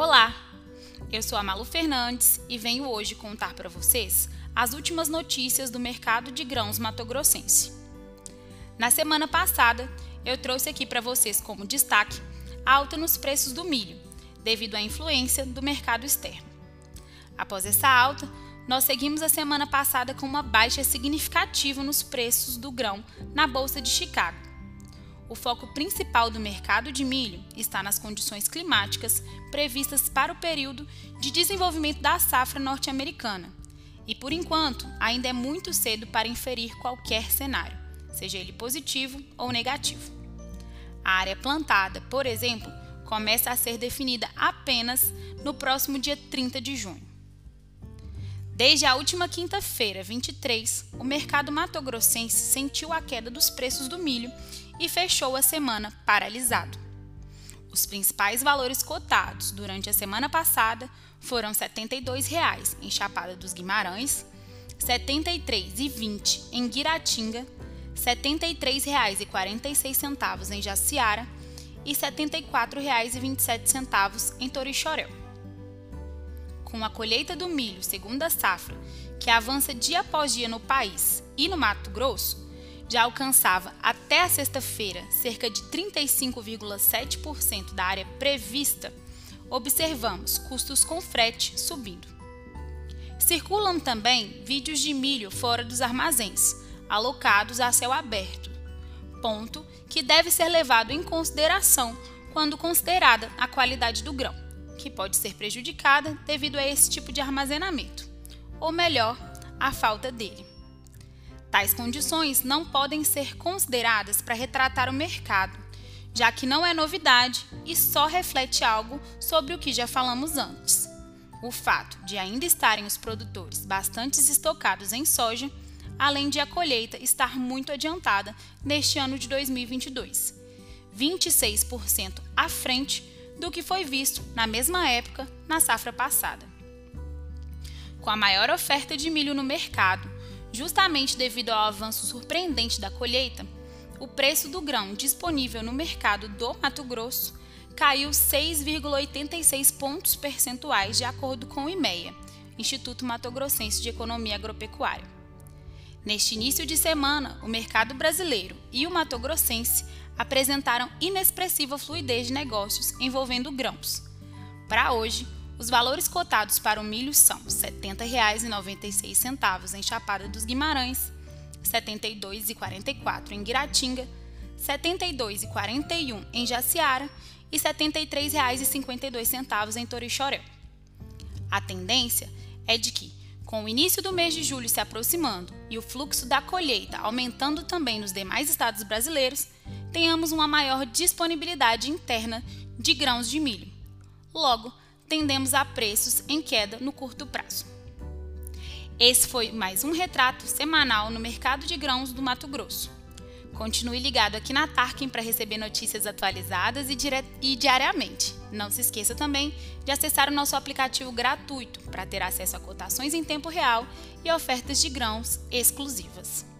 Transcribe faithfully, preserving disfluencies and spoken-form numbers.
Olá, eu sou a Malu Fernandes e venho hoje contar para vocês as últimas notícias do mercado de grãos matogrossense. Na semana passada, eu trouxe aqui para vocês como destaque a alta nos preços do milho, devido à influência do mercado externo. Após essa alta, nós seguimos a semana passada com uma baixa significativa nos preços do grão na Bolsa de Chicago. O foco principal do mercado de milho está nas condições climáticas previstas para o período de desenvolvimento da safra norte-americana. E, por enquanto, ainda é muito cedo para inferir qualquer cenário, seja ele positivo ou negativo. A área plantada, por exemplo, começa a ser definida apenas no próximo dia trinta de junho. Desde a última quinta-feira, vinte e três, o mercado matogrossense sentiu a queda dos preços do milho e fechou a semana paralisado. Os principais valores cotados durante a semana passada foram setenta e dois reais em Chapada dos Guimarães, setenta e três reais e vinte centavos em Guiratinga, setenta e três reais e quarenta e seis centavos em Jaciara e setenta e quatro reais e vinte e sete centavos em Torixoréu. Com a colheita do milho segunda safra, que avança dia após dia no país e no Mato Grosso, já alcançava até a sexta-feira cerca de trinta e cinco vírgula sete por cento da área prevista, observamos custos com frete subindo. Circulam também vídeos de milho fora dos armazéns, alocados a céu aberto, ponto que deve ser levado em consideração quando considerada a qualidade do grão, que pode ser prejudicada devido a esse tipo de armazenamento, ou melhor, a falta dele. Tais condições não podem ser consideradas para retratar o mercado, já que não é novidade e só reflete algo sobre o que já falamos antes. O fato de ainda estarem os produtores bastante estocados em soja, além de a colheita estar muito adiantada neste ano de dois mil e vinte e dois, vinte e seis por cento à frente do que foi visto na mesma época na safra passada. Com a maior oferta de milho no mercado, justamente devido ao avanço surpreendente da colheita, o preço do grão disponível no mercado do Mato Grosso caiu seis vírgula oitenta e seis pontos percentuais de acordo com o IMEA, Instituto Mato Grossense de Economia Agropecuária. Neste início de semana, o mercado brasileiro e o mato-grossense apresentaram inexpressiva fluidez de negócios envolvendo grãos. Para hoje, os valores cotados para o milho são setenta reais e noventa e seis centavos em Chapada dos Guimarães, setenta e dois reais e quarenta e quatro centavos em Guiratinga, setenta e dois reais e quarenta e um centavos em Jaciara e setenta e três reais e cinquenta e dois centavos em Torixoréu. A tendência é de que, com o início do mês de julho se aproximando e o fluxo da colheita aumentando também nos demais estados brasileiros, tenhamos uma maior disponibilidade interna de grãos de milho. Logo, tendemos a preços em queda no curto prazo. Esse foi mais um retrato semanal no mercado de grãos do Mato Grosso. Continue ligado aqui na Tarkin para receber notícias atualizadas e, dire... e diariamente. Não se esqueça também de acessar o nosso aplicativo gratuito para ter acesso a cotações em tempo real e ofertas de grãos exclusivas.